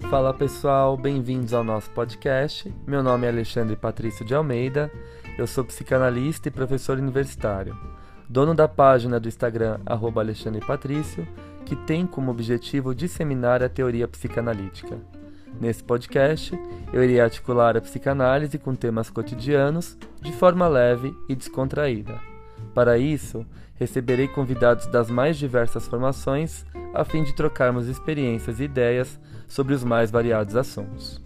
Fala pessoal, bem-vindos ao nosso podcast. Meu nome é Alexandre Patrício de Almeida, eu sou psicanalista e professor universitário, dono da página do Instagram @AlexandrePatrício, que tem como objetivo disseminar a teoria psicanalítica. Nesse podcast, eu irei articular a psicanálise com temas cotidianos de forma leve e descontraída. Para isso, receberei convidados das mais diversas formações a fim de trocarmos experiências e ideias sobre os mais variados assuntos.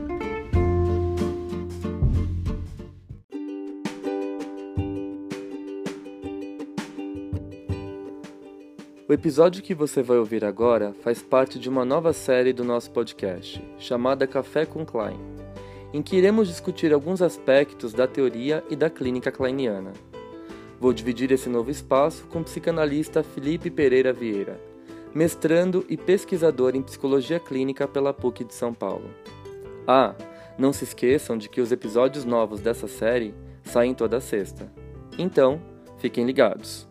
O episódio que você vai ouvir agora faz parte de uma nova série do nosso podcast, chamada Café com Klein, em que iremos discutir alguns aspectos da teoria e da clínica kleiniana. Vou dividir esse novo espaço com o psicanalista Felipe Pereira Vieira, mestrando e pesquisador em psicologia clínica pela PUC de São Paulo. Não se esqueçam de que os episódios novos dessa série saem toda sexta. Então, fiquem ligados.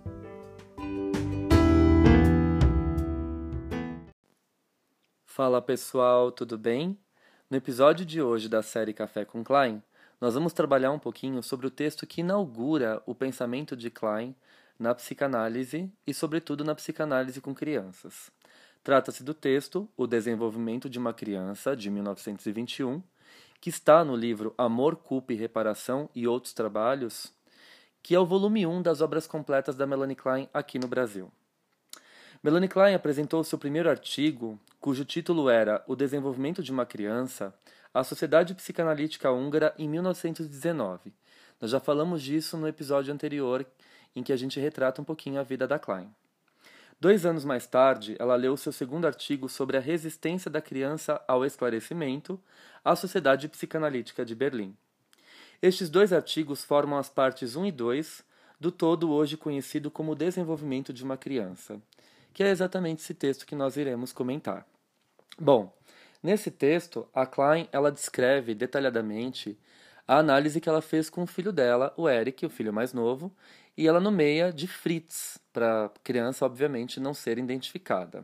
Fala pessoal, tudo bem? No episódio de hoje da série Café com Klein, nós vamos trabalhar um pouquinho sobre o texto que inaugura o pensamento de Klein na psicanálise e, sobretudo, na psicanálise com crianças. Trata-se do texto O Desenvolvimento de uma Criança, de 1921, que está no livro Amor, Culpa e Reparação e Outros Trabalhos, que é o volume 1 das obras completas da Melanie Klein aqui no Brasil. Melanie Klein apresentou seu primeiro artigo, cujo título era O Desenvolvimento de uma Criança, à Sociedade Psicanalítica Húngara em 1919. Nós já falamos disso no episódio anterior, em que a gente retrata um pouquinho a vida da Klein. 2 anos mais tarde, ela leu seu segundo artigo sobre a resistência da criança ao esclarecimento à Sociedade Psicanalítica de Berlim. Estes 2 artigos formam as partes 1 e 2 do todo hoje conhecido como Desenvolvimento de uma Criança, que é exatamente esse texto que nós iremos comentar. Bom, nesse texto, a Klein ela descreve detalhadamente a análise que ela fez com o filho dela, o Eric, o filho mais novo, e ela nomeia de Fritz, para a criança, obviamente, não ser identificada.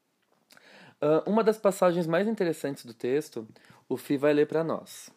Uma das passagens mais interessantes do texto, o Fi vai ler para nós.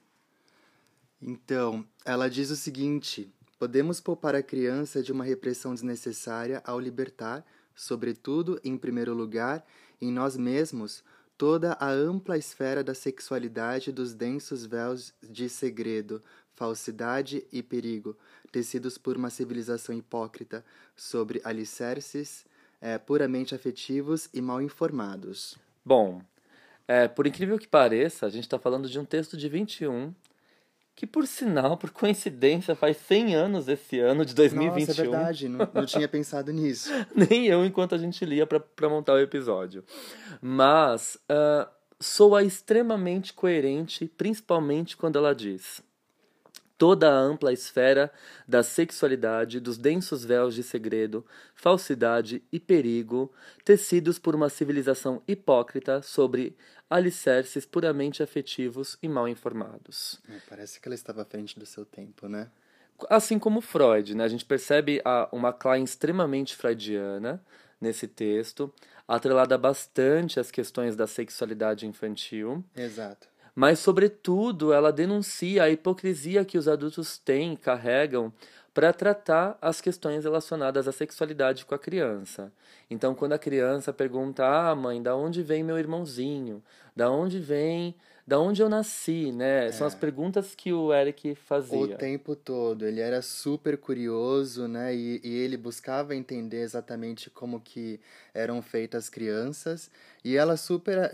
Então, ela diz o seguinte: podemos poupar a criança de uma repressão desnecessária ao libertar, sobretudo, em primeiro lugar, em nós mesmos, toda a ampla esfera da sexualidade dos densos véus de segredo, falsidade e perigo, tecidos por uma civilização hipócrita, sobre alicerces puramente afetivos e mal informados. Bom, por incrível que pareça, a gente está falando de um texto de 21, que por sinal, por coincidência, faz 100 anos esse ano, de 2021. Nossa, é verdade, não tinha pensado nisso. Nem eu, enquanto a gente lia para montar o episódio. Mas soa extremamente coerente, principalmente quando ela diz: toda a ampla esfera da sexualidade, dos densos véus de segredo, falsidade e perigo, tecidos por uma civilização hipócrita sobre alicerces puramente afetivos e mal informados. Parece que ela estava à frente do seu tempo, né? Assim como Freud, né? A gente percebe uma Klein extremamente freudiana nesse texto, atrelada bastante às questões da sexualidade infantil. Exato. Mas, sobretudo, ela denuncia a hipocrisia que os adultos têm e carregam para tratar as questões relacionadas à sexualidade com a criança. Então, quando a criança pergunta: mãe, da onde vem meu irmãozinho? Da onde eu nasci, né? São as perguntas que o Eric fazia. O tempo todo. Ele era super curioso, né? E ele buscava entender exatamente como que eram feitas as crianças. E ela super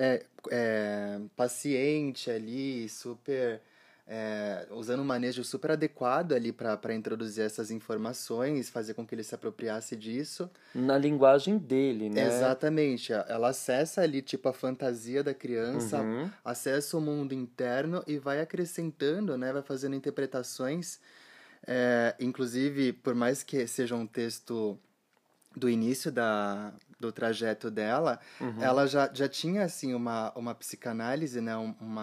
paciente ali, super... usando um manejo super adequado ali para introduzir essas informações, fazer com que ele se apropriasse disso. Na linguagem dele, né? Exatamente. Ela acessa ali, tipo, a fantasia da criança, acessa o mundo interno e vai acrescentando, né? Vai fazendo interpretações. Inclusive, por mais que seja um texto do início do trajeto dela, ela já tinha, assim, uma psicanálise, né?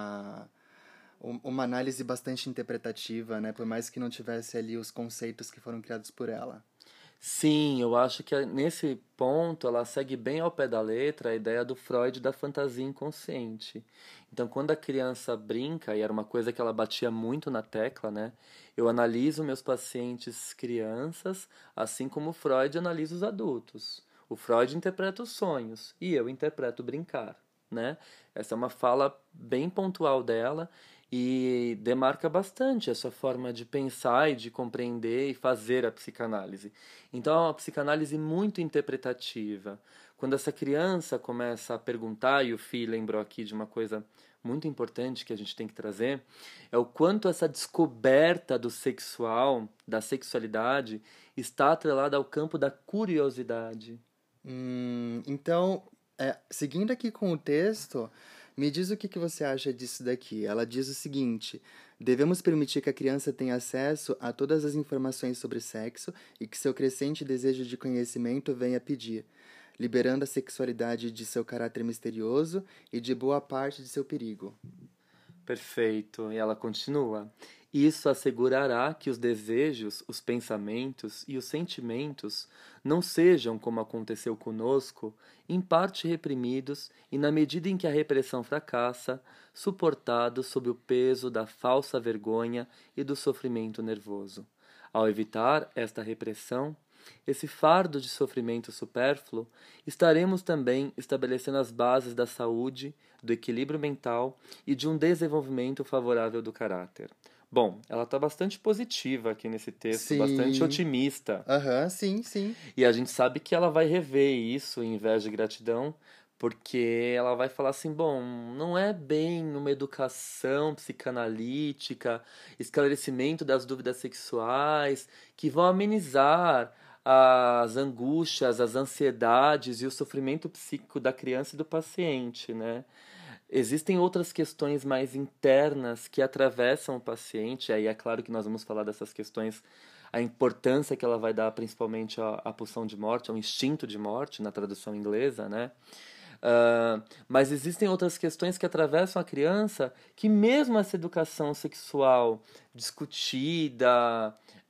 Uma análise bastante interpretativa, né? Por mais que não tivesse ali os conceitos que foram criados por ela. Sim, eu acho que nesse ponto ela segue bem ao pé da letra a ideia do Freud da fantasia inconsciente. Então, quando a criança brinca, e era uma coisa que ela batia muito na tecla, né? Eu analiso meus pacientes crianças, assim como o Freud analisa os adultos. O Freud interpreta os sonhos e eu interpreto brincar, né? Essa é uma fala bem pontual dela e demarca bastante essa forma de pensar e de compreender e fazer a psicanálise. Então, é uma psicanálise muito interpretativa. Quando essa criança começa a perguntar, e o Fih lembrou aqui de uma coisa muito importante que a gente tem que trazer, é o quanto essa descoberta do sexual, da sexualidade, está atrelada ao campo da curiosidade. Então, seguindo aqui com o texto, me diz o que você acha disso daqui. Ela diz o seguinte: devemos permitir que a criança tenha acesso a todas as informações sobre sexo e que seu crescente desejo de conhecimento venha pedir, liberando a sexualidade de seu caráter misterioso e de boa parte de seu perigo. Perfeito. E ela continua. Isso assegurará que os desejos, os pensamentos e os sentimentos não sejam, como aconteceu conosco, em parte reprimidos e, na medida em que a repressão fracassa, suportados sob o peso da falsa vergonha e do sofrimento nervoso. Ao evitar esta repressão, esse fardo de sofrimento supérfluo, estaremos também estabelecendo as bases da saúde, do equilíbrio mental e de um desenvolvimento favorável do caráter. Bom, ela está bastante positiva aqui nesse texto, bastante Sim. otimista. Aham, sim, sim. E a gente sabe que ela vai rever isso em vez de gratidão, porque ela vai falar assim, bom, não é bem uma educação psicanalítica, esclarecimento das dúvidas sexuais, que vão amenizar as angústias, as ansiedades e o sofrimento psíquico da criança e do paciente, né? Existem outras questões mais internas que atravessam o paciente, aí é claro que nós vamos falar dessas questões, a importância que ela vai dar principalmente à pulsão de morte, ao instinto de morte, na tradução inglesa, né? Mas existem outras questões que atravessam a criança que mesmo essa educação sexual discutida,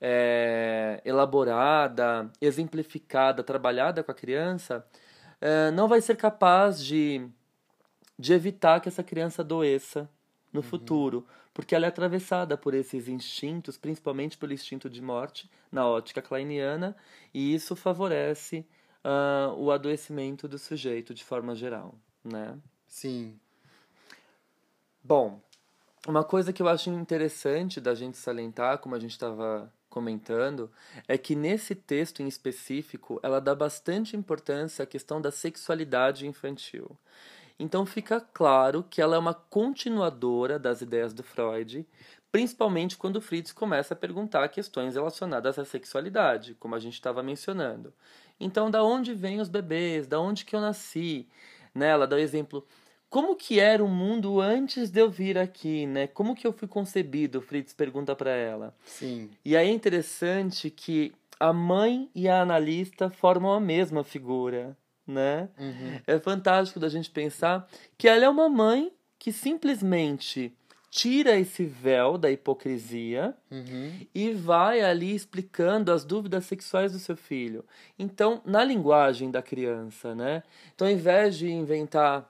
elaborada, exemplificada, trabalhada com a criança, não vai ser capaz de evitar que essa criança adoeça no futuro, porque ela é atravessada por esses instintos, principalmente pelo instinto de morte, na ótica kleiniana, e isso favorece o adoecimento do sujeito de forma geral, né? Sim. Bom, uma coisa que eu acho interessante da gente salientar, como a gente estava comentando, é que nesse texto em específico ela dá bastante importância à questão da sexualidade infantil. Então fica claro que ela é uma continuadora das ideias do Freud, principalmente quando Fritz começa a perguntar questões relacionadas à sexualidade, como a gente estava mencionando. Então, da onde vêm os bebês? Da onde que eu nasci? Né? Ela dá o exemplo, como que era o mundo antes de eu vir aqui, né? Como que eu fui concebido? Fritz pergunta para ela. Sim. E aí é interessante que a mãe e a analista formam a mesma figura, né? Uhum. É fantástico da gente pensar que ela é uma mãe que simplesmente tira esse véu da hipocrisia e vai ali explicando as dúvidas sexuais do seu filho. Então, na linguagem da criança, né? Então, ao invés de inventar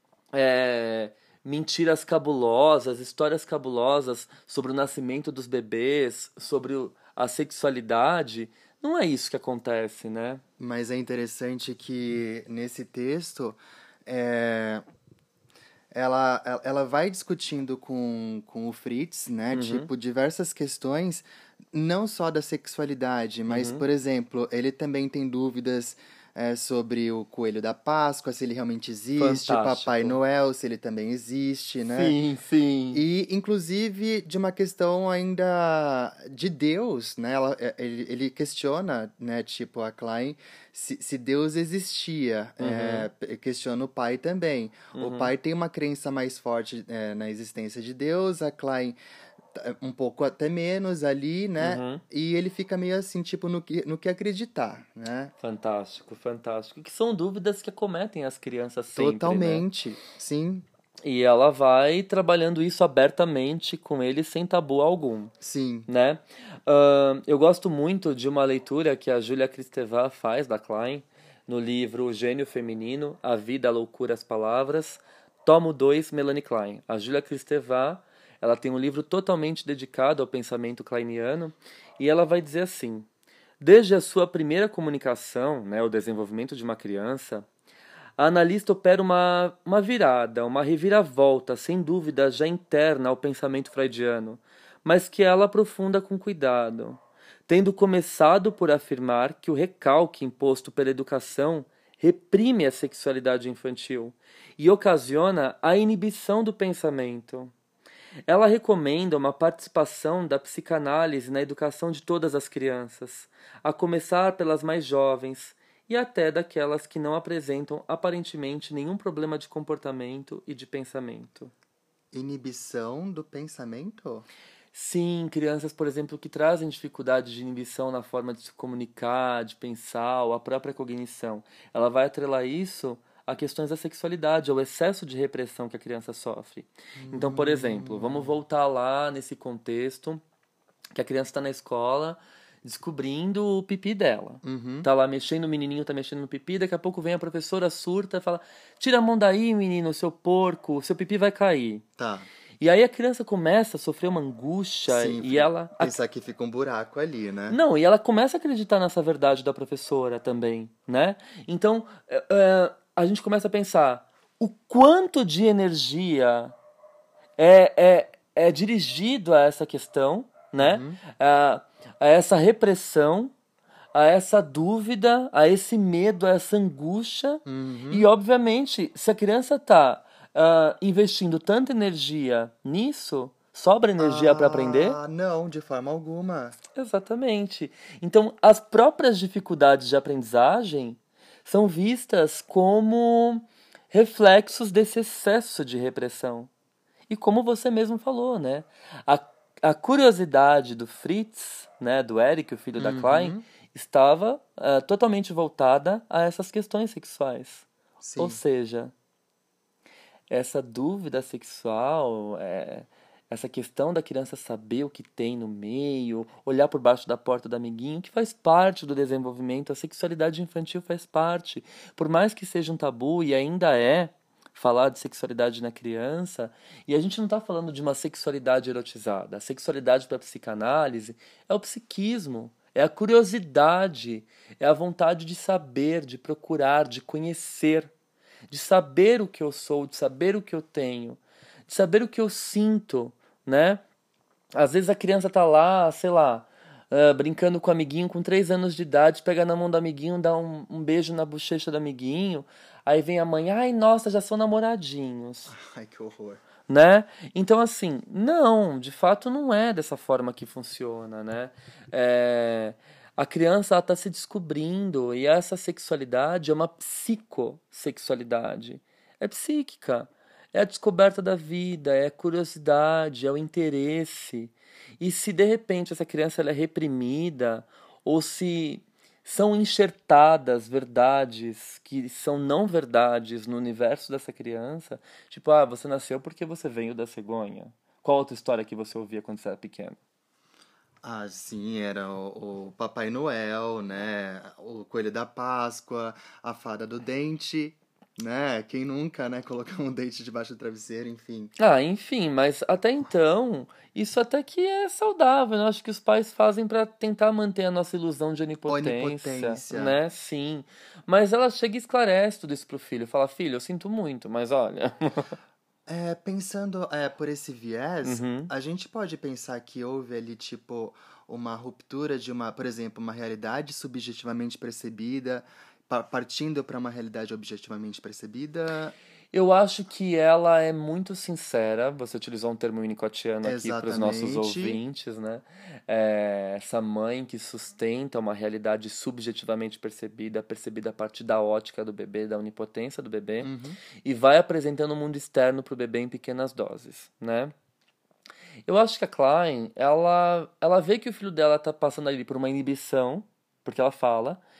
mentiras cabulosas, histórias cabulosas sobre o nascimento dos bebês, sobre a sexualidade, não é isso que acontece, né? Mas é interessante que nesse texto é, ela vai discutindo com o Fritz, né? Tipo, diversas questões, não só da sexualidade, mas, por exemplo, ele também tem dúvidas sobre o Coelho da Páscoa, se ele realmente existe, Papai Fantástico. Noel, se ele também existe, né? Sim, sim. E, inclusive, de uma questão ainda de Deus, né? Ele questiona, né, tipo, a Klein, se Deus existia. Questiona o pai também. O pai tem uma crença mais forte na existência de Deus, a Klein um pouco até menos ali, né? E ele fica meio assim, tipo, no que acreditar, né? Fantástico, fantástico. Que são dúvidas que acometem as crianças sempre, né? Totalmente, sim. E ela vai trabalhando isso abertamente com ele sem tabu algum, Sim. né? Eu gosto muito de uma leitura que a Julia Kristeva faz da Klein no livro O Gênio Feminino, A Vida, a Loucura, as Palavras, tomo 2, Melanie Klein. A Julia Kristeva, ela tem um livro totalmente dedicado ao pensamento kleiniano e ela vai dizer assim: desde a sua primeira comunicação, né, o desenvolvimento de uma criança, a analista opera uma virada, uma reviravolta, sem dúvida já interna ao pensamento freudiano, mas que ela aprofunda com cuidado, tendo começado por afirmar que o recalque imposto pela educação reprime a sexualidade infantil e ocasiona a inibição do pensamento. Ela recomenda uma participação da psicanálise na educação de todas as crianças, a começar pelas mais jovens e até daquelas que não apresentam aparentemente nenhum problema de comportamento e de pensamento. Inibição do pensamento? Sim, crianças, por exemplo, que trazem dificuldade de inibição na forma de se comunicar, de pensar, ou a própria cognição. Ela vai atrelar isso a questões da sexualidade, ao excesso de repressão que a criança sofre. Então, por exemplo, vamos voltar lá nesse contexto que a criança está na escola descobrindo o pipi dela. Uhum. Tá lá mexendo, o menininho tá mexendo no pipi, daqui a pouco vem a professora surta e fala: tira a mão daí, menino, seu porco, seu pipi vai cair. Tá. E aí a criança começa a sofrer uma angústia Sim, e ela... pensar que fica um buraco ali, né? Não, e ela começa a acreditar nessa verdade da professora também, né? Então, a gente começa a pensar o quanto de energia é dirigido a essa questão, né? A essa repressão, a essa dúvida, a esse medo, a essa angústia. E, obviamente, se a criança está investindo tanta energia nisso, sobra energia para aprender? Ah, não, de forma alguma. Exatamente. Então, as próprias dificuldades de aprendizagem são vistas como reflexos desse excesso de repressão. E como você mesmo falou, né? A curiosidade do Fritz, né, do Eric, o filho da Klein, estava totalmente voltada a essas questões sexuais. Sim. Ou seja, essa dúvida sexual, essa questão da criança saber o que tem no meio, olhar por baixo da porta do amiguinho, que faz parte do desenvolvimento, a sexualidade infantil faz parte. Por mais que seja um tabu, e ainda falar de sexualidade na criança, e a gente não está falando de uma sexualidade erotizada. A sexualidade para a psicanálise é o psiquismo, é a curiosidade, é a vontade de saber, de procurar, de conhecer, de saber o que eu sou, de saber o que eu tenho, de saber o que eu sinto, né? Às vezes a criança tá lá, sei lá, brincando com o amiguinho com 3 anos de idade, pega na mão do amiguinho, dá um beijo na bochecha do amiguinho, aí vem a mãe, ai, nossa, já são namoradinhos, Ai, que horror. né? Então, assim, não, de fato não é dessa forma que funciona, né? A criança está se descobrindo e essa sexualidade é uma psicossexualidade. É psíquica. É a descoberta da vida, é a curiosidade, é o interesse. E se de repente essa criança ela é reprimida ou se são enxertadas verdades que são não verdades no universo dessa criança, tipo, você nasceu porque você veio da cegonha. Qual outra história que você ouvia quando você era pequeno? Ah, sim, era o Papai Noel, né? O Coelho da Páscoa, a Fada do Dente, né? Quem nunca, né? Colocar um dente debaixo do travesseiro, enfim. Enfim, mas até então, isso até que é saudável, né? Eu acho que os pais fazem pra tentar manter a nossa ilusão de onipotência, Onipotência. né? Sim. Mas ela chega e esclarece tudo isso pro filho. Fala, filho, eu sinto muito, mas olha. Pensando por esse viés, Uhum. a gente pode pensar que houve ali, tipo, uma ruptura de por exemplo, uma realidade subjetivamente percebida, partindo para uma realidade objetivamente percebida. Eu acho que ela é muito sincera. Você utilizou um termo winnicottiano aqui para os nossos Exatamente. ouvintes, né? Essa mãe que sustenta uma realidade subjetivamente percebida, percebida a partir da ótica do bebê, da onipotência do bebê, e vai apresentando o mundo externo para o bebê em pequenas doses, né? Eu acho que a Klein, ela vê que o filho dela tá passando ali por uma inibição, porque ela fala,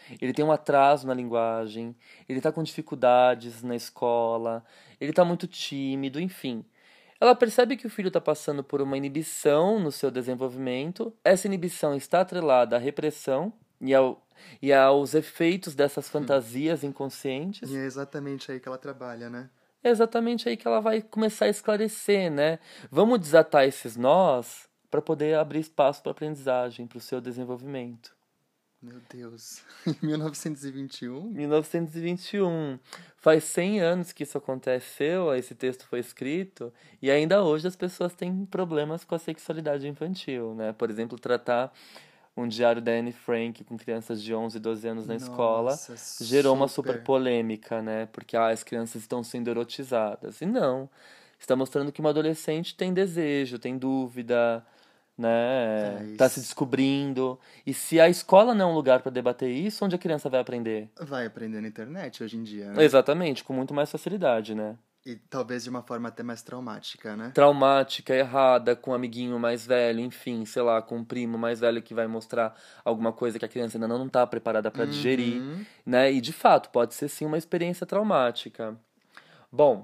Ele tem um atraso na linguagem, ele tá com dificuldades na escola, ele tá muito tímido, enfim. Ela percebe que o filho está passando por uma inibição no seu desenvolvimento. Essa inibição está atrelada à repressão e aos efeitos dessas fantasias E inconscientes. é exatamente aí que ela trabalha, né? É exatamente aí que ela vai começar a esclarecer, né? Vamos desatar esses nós para poder abrir espaço para aprendizagem, para o seu desenvolvimento. Meu Deus. Em 1921? 1921. Faz 100 anos que isso aconteceu, esse texto foi escrito, e ainda hoje as pessoas têm problemas com a sexualidade infantil, né? Por exemplo, tratar um diário da Anne Frank com crianças de 11 e 12 anos na escola Nossa, gerou uma super super. polêmica, né? Porque as crianças estão sendo erotizadas. E não. Está mostrando que uma adolescente tem desejo, tem dúvida, É né? Tá se isso. descobrindo. E se a escola não é um lugar para debater isso, onde a criança vai aprender? Vai aprender na internet hoje em dia, né? Exatamente, com muito mais facilidade, né? E talvez de uma forma até mais traumática, né? Traumática, errada, com um amiguinho mais velho, enfim, sei lá, com um primo mais velho que vai mostrar alguma coisa que a criança ainda não está preparada para digerir, Uhum. né? E de fato, pode ser sim uma experiência traumática. Bom,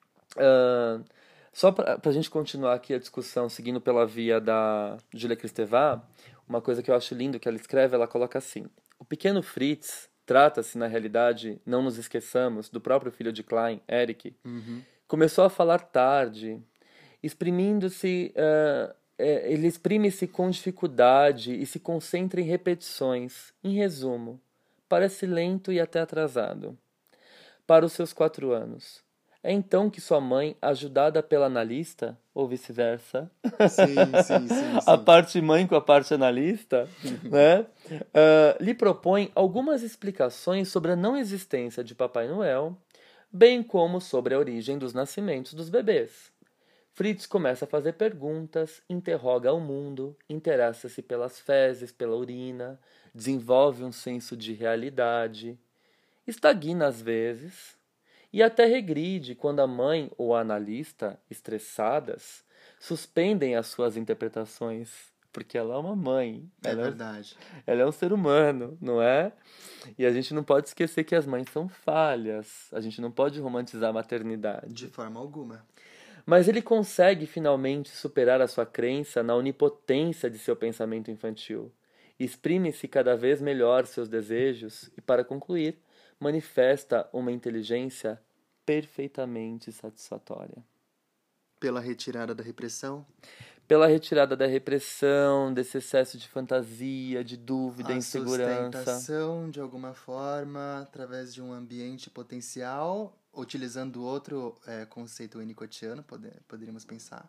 só para a gente continuar aqui a discussão, seguindo pela via da Julia Kristeva, uma coisa que eu acho lindo que ela escreve, ela coloca assim: o pequeno Fritz trata-se, na realidade, não nos esqueçamos, do próprio filho de Klein, Eric, Uhum. começou a falar tarde, exprimindo-se, ele exprime-se com dificuldade e se concentra em repetições. Em resumo, parece lento e até atrasado. Para os seus 4 anos. É então que sua mãe, ajudada pela analista, ou vice-versa, Sim, sim, sim, a sim. parte mãe com a parte analista, né, lhe propõe algumas explicações sobre a não existência de Papai Noel, bem como sobre a origem dos nascimentos dos bebês. Fritz começa a fazer perguntas, interroga o mundo, interessa-se pelas fezes, pela urina, desenvolve um senso de realidade, estagna às vezes e até regride quando a mãe ou a analista, estressadas, suspendem as suas interpretações. Porque ela é uma mãe, É verdade. ela é um ser humano, não é? E a gente não pode esquecer que as mães são falhas, a gente não pode romantizar a De maternidade. forma alguma. Mas ele consegue finalmente superar a sua crença na onipotência de seu pensamento infantil. Exprime-se cada vez melhor seus desejos e, para concluir, manifesta uma inteligência perfeitamente satisfatória. Pela retirada da repressão, Pela retirada da repressão, desse excesso de fantasia, de dúvida, a insegurança. sustentação, de alguma forma, através de um ambiente potencial, utilizando outro conceito winnicottiano, poderíamos pensar.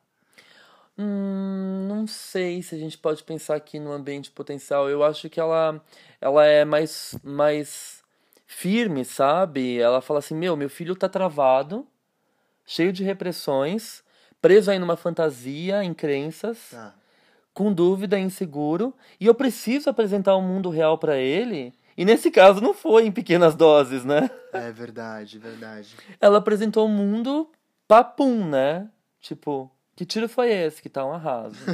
Não sei se a gente pode pensar aqui no ambiente potencial. Eu acho que ela é mais firme, sabe? Ela fala assim: meu filho tá travado, cheio de repressões, preso aí numa fantasia, em crenças, Tá. com dúvida, inseguro, e eu preciso apresentar o mundo real pra ele. E nesse caso não foi em pequenas doses, né? É verdade, verdade. Ela apresentou o mundo papum, né? Tipo, que tiro foi esse? Que tá um arraso.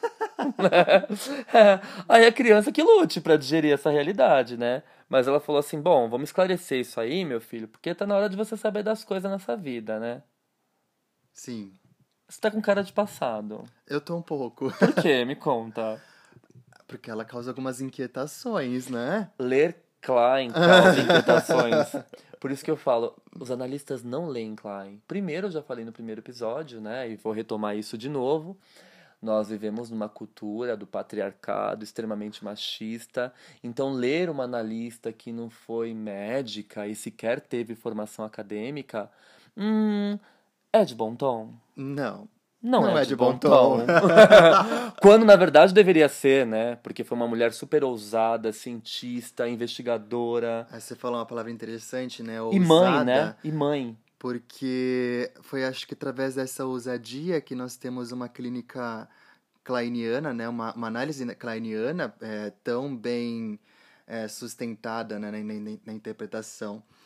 É, aí a criança que lute pra digerir essa realidade, né? Mas ela falou assim: bom, vamos esclarecer isso aí, meu filho, porque tá na hora de você saber das coisas nessa vida, né? Sim. Você tá com cara de passado. Eu tô um pouco. Por quê? Me conta. Porque ela causa algumas inquietações, né? Ler Klein causa inquietações. Por isso que eu falo, os analistas não leem Klein. Primeiro, eu já falei no primeiro episódio, né? E vou retomar isso de novo. Nós vivemos numa cultura do patriarcado extremamente machista. Então, ler uma analista que não foi médica e sequer teve formação acadêmica, é de bom tom? Não. Não Não é é de de bom bom tom. tom. Quando na verdade deveria ser, né? Porque foi uma mulher super ousada, cientista, investigadora Aí você falou uma palavra interessante, né? e mãe, Ousada, né? E mãe. porque foi acho que através dessa ousadia que nós temos uma clínica kleiniana, né? Uma análise kleiniana tão bem sustentada, né? Na interpretação.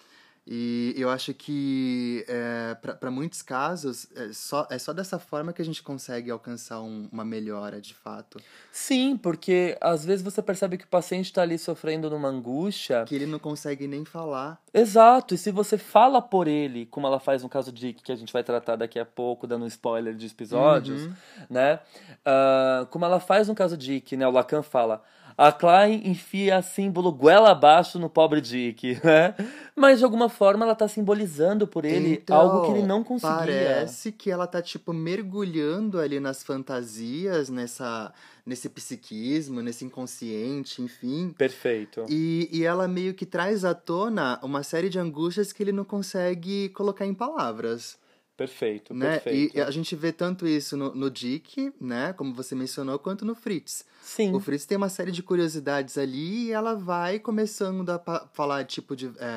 E eu acho que, para muitos casos, é só dessa forma que a gente consegue alcançar uma melhora, de fato. Sim, porque às vezes você percebe que o paciente está ali sofrendo numa angústia. Que ele não consegue nem falar. Exato, e se você fala por ele, como ela faz no caso de que a gente vai tratar daqui a pouco, dando um spoiler de episódios, Uhum. né? Como ela faz no caso de Dick, né? O Lacan fala, a Klein enfia símbolo goela abaixo no pobre Dick, né? Mas de alguma forma ela tá simbolizando por ele algo que ele Então, não conseguia. parece que ela tá, tipo, mergulhando ali nas fantasias, nesse psiquismo, nesse inconsciente, enfim. Perfeito, E ela meio que traz à tona uma série de angústias que ele não consegue colocar em palavras, perfeito, né? E perfeito. a gente vê tanto isso no Dick, né? Como você mencionou, quanto no Fritz. O Sim. Fritz tem uma série de curiosidades ali e ela vai começando a falar, tipo,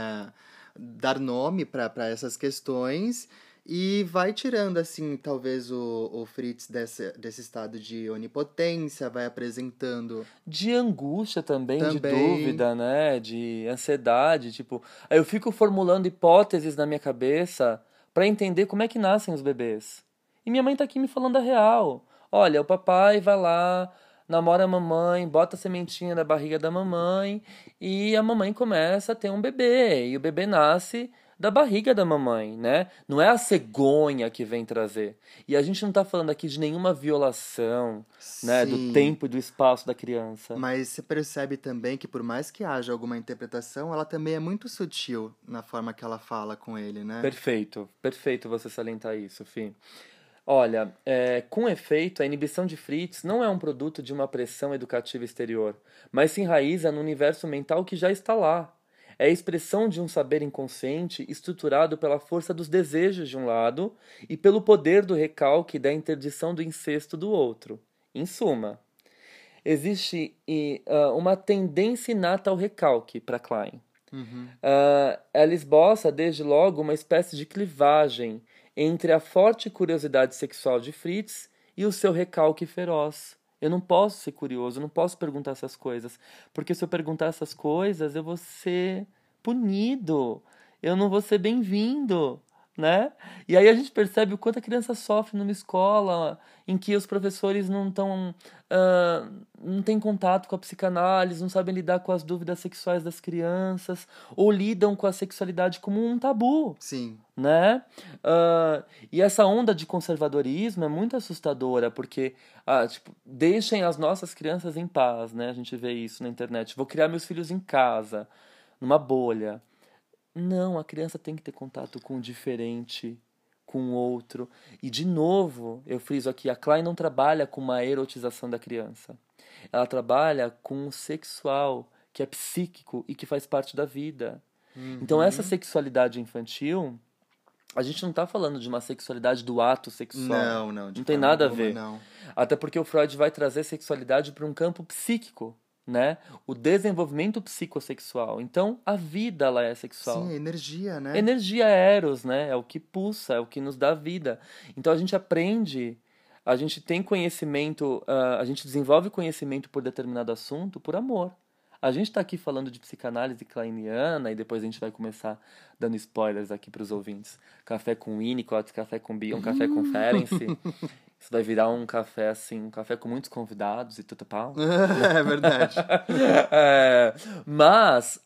dar nome para essas questões e vai tirando, assim, talvez o Fritz desse estado de onipotência, vai apresentando De angústia também, de também. dúvida, né? De ansiedade, tipo, aí eu fico formulando hipóteses na minha cabeça pra entender como é que nascem os bebês. E minha mãe tá aqui me falando a real. Olha, o papai vai lá, namora a mamãe, bota a sementinha na barriga da mamãe e a mamãe começa a ter um bebê e o bebê nasce da barriga da mamãe, né? Não é a cegonha que vem trazer. E a gente não tá falando aqui de nenhuma violação, né, do Sim, tempo e do espaço da criança. mas você percebe também que por mais que haja alguma interpretação, ela também é muito sutil na forma que ela fala com ele, né? Perfeito, perfeito você salientar isso, Fih. Olha, com efeito, a inibição de Fritz não é um produto de uma pressão educativa exterior, mas se enraiza no universo mental que já está lá. É a expressão de um saber inconsciente estruturado pela força dos desejos de um lado e pelo poder do recalque e da interdição do incesto do outro. Em suma, existe uma tendência inata ao recalque para Klein. Uhum. Ela esboça desde logo uma espécie de clivagem entre a forte curiosidade sexual de Fritz e o seu recalque feroz. Eu não posso ser curioso, eu não posso perguntar essas coisas, porque se eu perguntar essas coisas, eu vou ser punido, eu não vou ser bem-vindo, né? E aí a gente percebe o quanto a criança sofre numa escola em que os professores não têm contato com a psicanálise, não sabem lidar com as dúvidas sexuais das crianças, ou lidam com a sexualidade como um tabu, Sim. né? E essa onda de conservadorismo é muito assustadora, porque, tipo, deixem as nossas crianças em paz, né? A gente vê isso na internet. Vou criar meus filhos em casa, numa bolha. Não, a criança tem que ter contato com o diferente, com o outro. E, de novo, eu friso aqui, a Klein não trabalha com uma erotização da criança. Ela trabalha com o sexual, que é psíquico e que faz parte da vida. Então, essa Uhum. sexualidade infantil, a gente não está falando de uma sexualidade do ato sexual. Não, não, de Não tem forma nada a alguma, ver. não. Até porque o Freud vai trazer sexualidade para um campo psíquico, né? O desenvolvimento psicossexual. Então, a vida ela é Sim, sexual. a energia, né? Energia é Eros, né? É o que pulsa, é o que nos dá vida. Então a gente aprende, a gente tem conhecimento, a gente desenvolve conhecimento por determinado assunto por amor. A gente está aqui falando de psicanálise kleiniana e depois a gente vai começar dando spoilers aqui para os ouvintes. Café com Winnicott, café com Bion, café com Ferenczi. Isso vai virar um café assim, um café com muitos convidados e tudo pau. É verdade. É, mas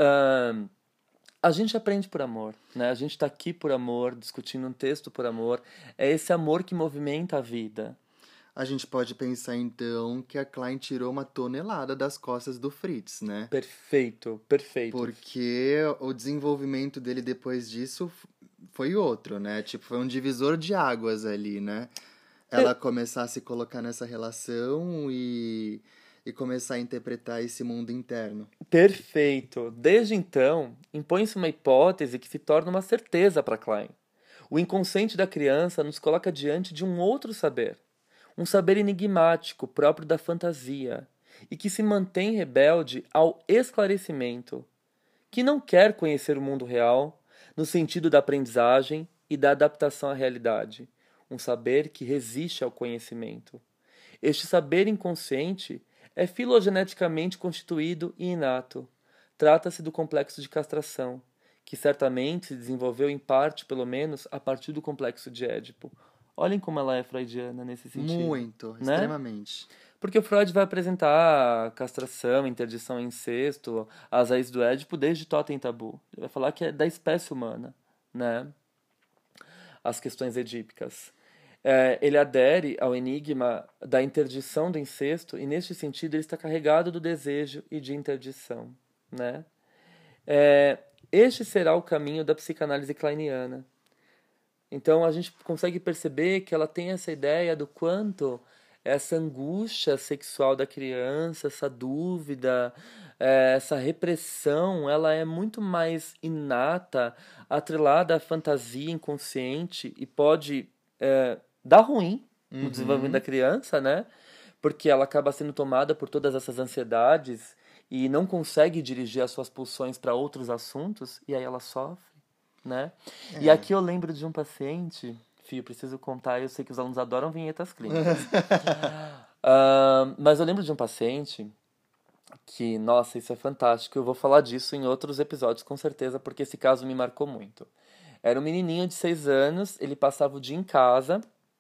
a gente aprende por amor, né? A gente está aqui por amor, discutindo um texto por amor. É esse amor que movimenta a vida. A gente pode pensar então que a Klein tirou uma tonelada das costas do Fritz, né? Perfeito, perfeito. Porque o desenvolvimento dele depois disso foi outro, né? Tipo, foi um divisor de águas ali, né? É, Ela começar a se colocar nessa relação e começar a interpretar esse mundo interno. perfeito. Desde então, impõe-se uma hipótese que se torna uma certeza para Klein. O inconsciente da criança nos coloca diante de um outro saber, um saber enigmático próprio da fantasia, e que se mantém rebelde ao esclarecimento, que não quer conhecer o mundo real no sentido da aprendizagem e da adaptação à realidade, um saber que resiste ao conhecimento. Este saber inconsciente é filogeneticamente constituído e inato. Trata-se do complexo de castração, que certamente se desenvolveu em parte, pelo menos, a partir do complexo de Édipo. Olhem como ela é freudiana nesse sentido. Muito, né? extremamente. Porque o Freud vai apresentar castração, interdição e incesto, as raízes do Édipo desde Totem e Tabu. Ele vai falar que é da espécie humana, né? As questões edípicas. Ele adere ao enigma da interdição do incesto e, neste sentido, ele está carregado do desejo e de interdição, né? Este será o caminho da psicanálise kleiniana. Então, a gente consegue perceber que ela tem essa ideia do quanto essa angústia sexual da criança, essa dúvida, essa repressão, ela é muito mais inata, atrelada à fantasia inconsciente e pode dar ruim no desenvolvimento da criança, né? Porque ela acaba sendo tomada por todas essas ansiedades e não consegue dirigir as suas pulsões para outros assuntos, e aí ela sofre, né? E aqui eu lembro de um paciente, Fio, preciso contar, eu sei que os alunos adoram vinhetas clínicas. Mas eu lembro de um paciente que, nossa, isso é fantástico, eu vou falar disso em outros episódios com certeza, porque esse caso me marcou muito. Era um menininho de 6 anos, ele passava o dia em casa,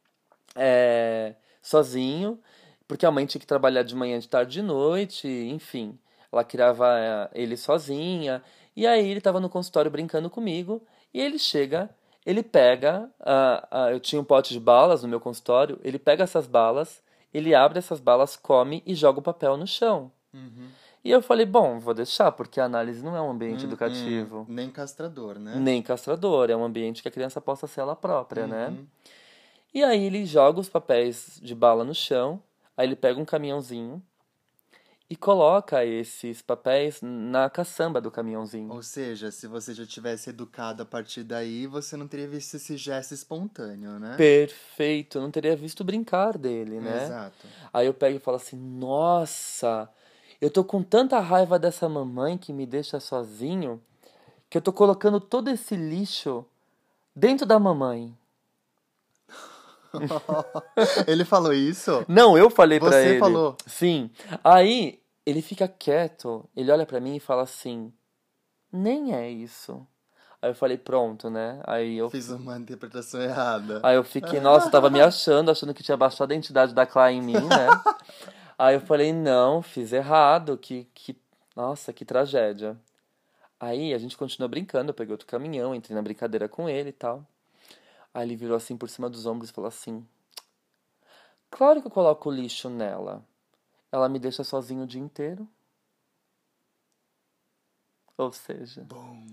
sozinho, porque a mãe tinha que trabalhar de manhã, de tarde, de noite, enfim. Ela criava ele sozinha. E aí ele estava no consultório brincando comigo. E ele chega, ele pega... eu tinha um pote de balas no meu consultório. Ele pega essas balas, ele abre essas balas, come e joga o papel no chão. E eu falei, bom, vou deixar, porque a análise não é um ambiente educativo. Nem castrador, né? Nem castrador. É um ambiente que a criança possa ser ela própria, né? E aí ele joga os papéis de bala no chão. Aí ele pega um caminhãozinho e coloca esses papéis na caçamba do caminhãozinho. Ou seja, se você já tivesse educado a partir daí, você não teria visto esse gesto espontâneo, né? Perfeito, eu não teria visto brincar dele, né? Exato. Aí eu pego e falo assim, nossa, eu tô com tanta raiva dessa mamãe que me deixa sozinho, que eu tô colocando todo esse lixo dentro da mamãe. Ele falou isso? Não, eu falei pra ele. Você falou? Sim. Aí ele fica quieto, ele olha pra mim e fala assim, nem é isso. Aí eu falei, pronto, né? Aí eu Fiz uma interpretação errada. Aí eu fiquei, nossa, eu tava me achando que tinha baixado a identidade da Clá em mim, né? Aí eu falei, não, fiz errado, nossa, que tragédia. Aí a gente continuou brincando, eu peguei outro caminhão, entrei na brincadeira com ele e tal. Aí ele virou assim por cima dos ombros e falou assim, claro que eu coloco o lixo nela. Ela me deixa sozinho o dia inteiro. Ou seja,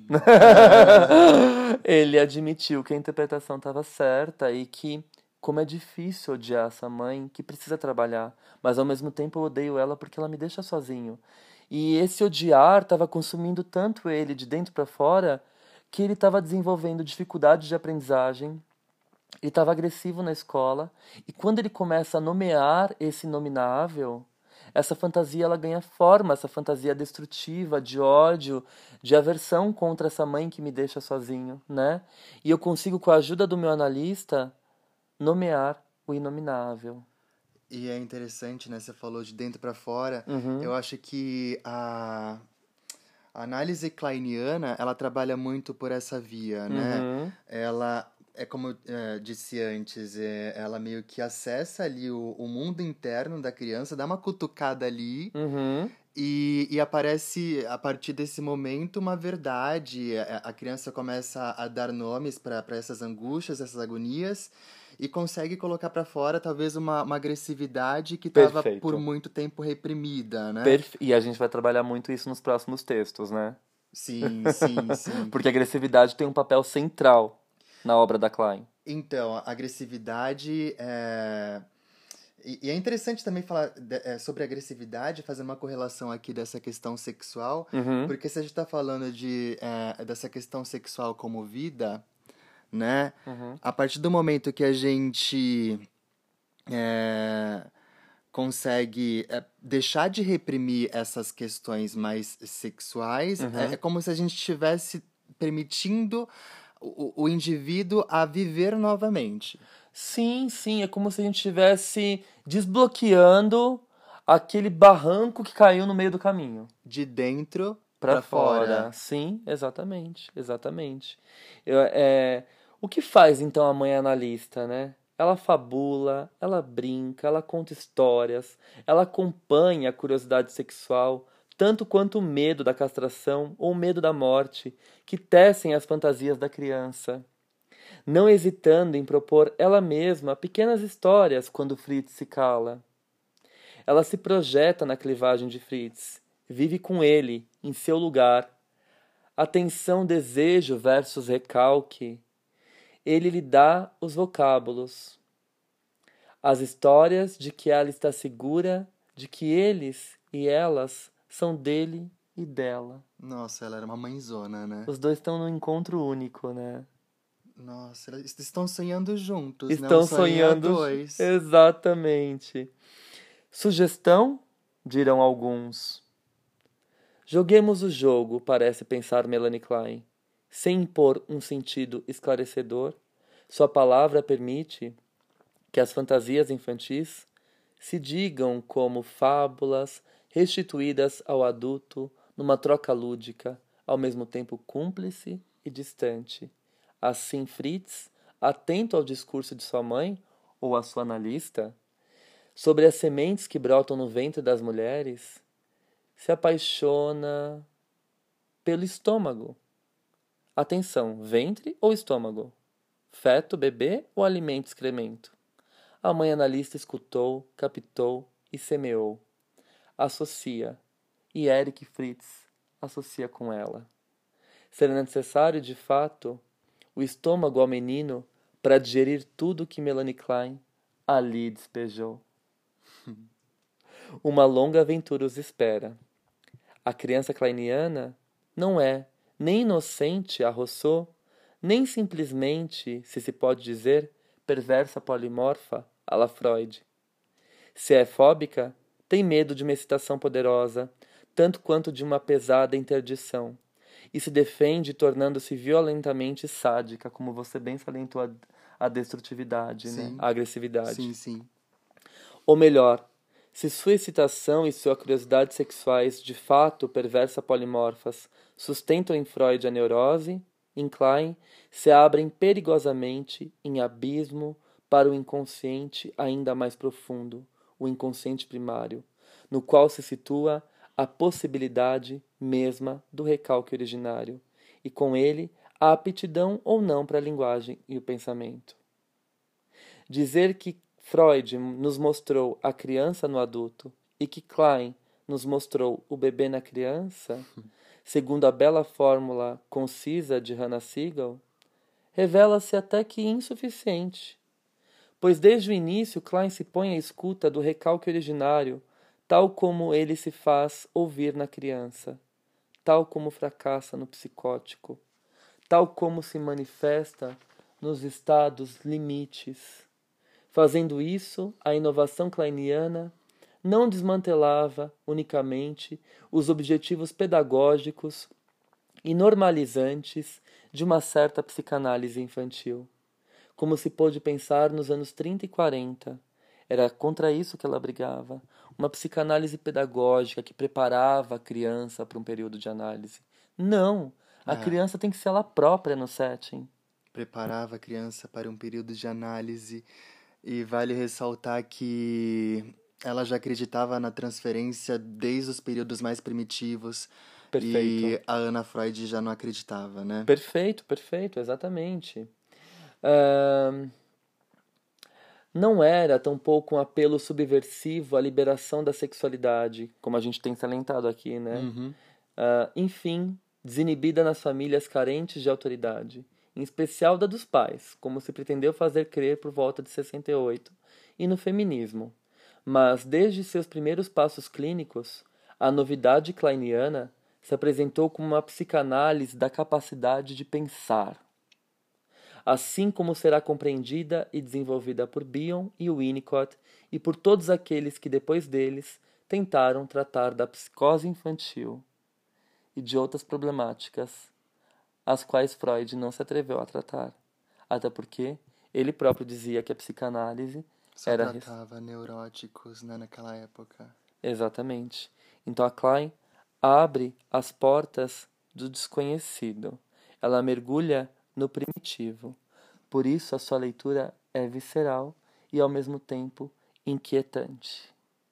ele admitiu que a interpretação estava certa e que, como é difícil odiar essa mãe que precisa trabalhar, mas ao mesmo tempo eu odeio ela porque ela me deixa sozinho. E esse odiar estava consumindo tanto ele de dentro para fora que ele estava desenvolvendo dificuldades de aprendizagem, ele estava agressivo na escola, e quando ele começa a nomear esse inominável, essa fantasia ela ganha forma, essa fantasia destrutiva, de ódio, de aversão contra essa mãe que me deixa sozinho, né? E eu consigo, com a ajuda do meu analista, nomear o inominável. E é interessante, né? Você falou de dentro para fora. Eu acho que a análise kleiniana, ela trabalha muito por essa via, né? Ela... como eu disse antes, ela meio que acessa ali o mundo interno da criança, dá uma cutucada ali e aparece, a partir desse momento, uma verdade. A criança começa a dar nomes para essas angústias, essas agonias, e consegue colocar para fora, talvez, uma agressividade que estava por muito tempo reprimida, né? E a gente vai trabalhar muito isso nos próximos textos, né? Sim, sim, sim. Porque a agressividade tem um papel central na obra da Klein. Então, a agressividade E é interessante também falar sobre agressividade, fazer uma correlação aqui dessa questão sexual, porque se a gente está falando dessa questão sexual como vida, né? A partir do momento que a gente consegue deixar de reprimir essas questões mais sexuais, é como se a gente estivesse permitindo o indivíduo a viver novamente. Sim, sim, é como se a gente estivesse desbloqueando aquele barranco que caiu no meio do caminho. De dentro Pra pra fora. fora. Sim, exatamente, exatamente. O que faz então a mãe analista, né? Ela fabula, ela brinca, ela conta histórias, ela acompanha a curiosidade sexual, tanto quanto o medo da castração ou o medo da morte, que tecem as fantasias da criança, não hesitando em propor ela mesma pequenas histórias quando Fritz se cala. Ela se projeta na clivagem de Fritz, vive com ele, em seu lugar. Atenção, desejo versus recalque. Ele lhe dá os vocábulos, as histórias de que ela está segura de que eles e elas são dele e dela. Nossa, ela era uma mãezona, né? Os dois estão num encontro único, né? Nossa, eles estão sonhando juntos, né? Um Estão sonho a sonhando dois. exatamente. Sugestão? Dirão alguns. Joguemos o jogo, parece pensar Melanie Klein. Sem impor um sentido esclarecedor, sua palavra permite que as fantasias infantis se digam como fábulas restituídas ao adulto numa troca lúdica, ao mesmo tempo cúmplice e distante. Assim, Fritz, atento ao discurso de sua mãe, ou a sua analista, sobre as sementes que brotam no ventre das mulheres, se apaixona pelo estômago. Atenção, ventre ou estômago? Feto, bebê ou alimento excremento? A mãe analista escutou, captou e semeou. Associa. E Eric Fritz associa com ela. Será necessário, de fato, o estômago ao menino para digerir tudo que Melanie Klein ali despejou. Uma longa aventura os espera. A criança kleiniana não é nem inocente a Rousseau, nem simplesmente, se pode dizer, perversa polimorfa a la Freud. Se é fóbica, tem medo de uma excitação poderosa, tanto quanto de uma pesada interdição, e se defende tornando-se violentamente sádica, como você bem salientou a destrutividade, né? Sim, A agressividade. sim. Ou melhor, se sua excitação e sua curiosidade sexuais, de fato perversa polimorfas, sustentam em Freud a neurose, em Klein se abrem perigosamente em abismo para o inconsciente ainda mais profundo, o inconsciente primário, no qual se situa a possibilidade mesma do recalque originário, e com ele a aptidão ou não para a linguagem e o pensamento. Dizer que Freud nos mostrou a criança no adulto e que Klein nos mostrou o bebê na criança, segundo a bela fórmula concisa de Hannah Segal, revela-se até que insuficiente, pois desde o início Klein se põe à escuta do recalque originário, tal como ele se faz ouvir na criança, tal como fracassa no psicótico, tal como se manifesta nos estados limites. Fazendo isso, a inovação kleiniana não desmantelava unicamente os objetivos pedagógicos e normalizantes de uma certa psicanálise infantil, como se pôde pensar nos anos 30 e 40. Era contra isso que ela brigava, uma psicanálise pedagógica que preparava a criança para um período de análise. Não, a Ah, criança tem que ser ela própria no setting. preparava a criança para um período de análise. E vale ressaltar que ela já acreditava na transferência desde os períodos mais primitivos Perfeito. e a Ana Freud já não acreditava, né? Perfeito, perfeito, exatamente. Ahn, não era tampouco um apelo subversivo à liberação da sexualidade, como a gente tem salientado aqui, né? Uhum. Enfim, desinibida nas famílias carentes de autoridade, em especial da dos pais, como se pretendeu fazer crer por volta de 68, e no feminismo. Mas, desde seus primeiros passos clínicos, a novidade kleiniana se apresentou como uma psicanálise da capacidade de pensar, assim como será compreendida e desenvolvida por Bion e Winnicott e por todos aqueles que depois deles tentaram tratar da psicose infantil e de outras problemáticas, as quais Freud não se atreveu a tratar, até porque ele próprio dizia que a psicanálise Só era tratava neuróticos, né, naquela época. exatamente. Então a Klein abre as portas do desconhecido. Ela mergulha no primitivo. Por isso a sua leitura é visceral e ao mesmo tempo inquietante.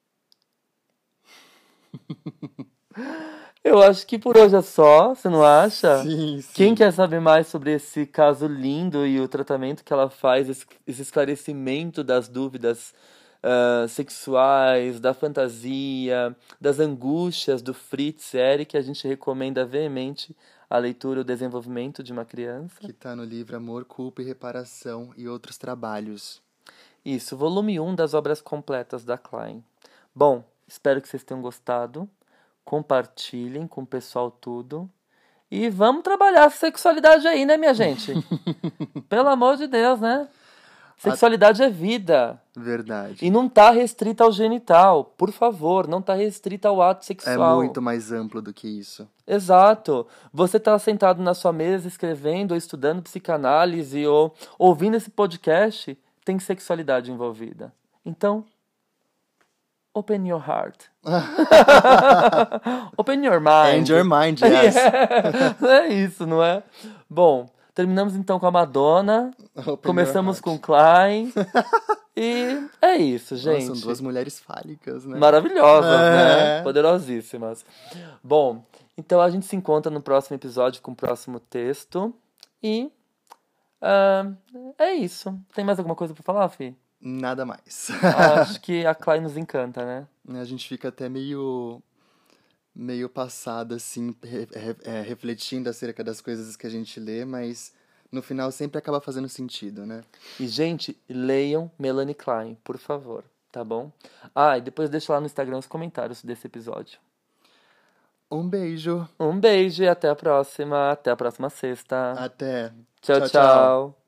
Eu acho que por hoje é só, você não acha? Sim, sim. Quem quer saber mais sobre esse caso lindo e o tratamento que ela faz, esse esclarecimento das dúvidas sexuais, da fantasia, das angústias do Fritz Erich, a gente recomenda veemente a leitura e o desenvolvimento de uma criança. Que tá no livro Amor, Culpa e Reparação e Outros Trabalhos. Isso, volume 1 das obras completas da Klein. Bom, espero que vocês tenham gostado. Compartilhem com o pessoal tudo. E vamos trabalhar a sexualidade aí, né, minha gente? Pelo amor de Deus, né? Sexualidade é vida. Verdade. E não tá restrita ao genital. Por favor, não tá restrita ao ato É sexual. muito mais amplo do que isso. Exato. Você tá sentado na sua mesa escrevendo ou estudando psicanálise ou ouvindo esse podcast, tem sexualidade envolvida. Então, open your heart. Open your mind. And your mind, yes. É isso, não é? Bom, terminamos então com a Madonna. Open Começamos your com heart. Klein. E é isso, Nossa, gente. são duas mulheres fálicas, né? Maravilhosas, né? É. Poderosíssimas. Bom, então a gente se encontra no próximo episódio com o próximo texto. E é isso. Tem mais alguma coisa pra falar, Fih? Nada mais. Acho que a Klein nos encanta, né? A gente fica até meio passado, assim, refletindo acerca das coisas que a gente lê, mas no final sempre acaba fazendo sentido, né? E, gente, leiam Melanie Klein, por favor, tá bom? Ah, e depois deixa lá no Instagram os comentários desse episódio. Um beijo. Um beijo e até a próxima. Até a próxima sexta. Até. Tchau, tchau.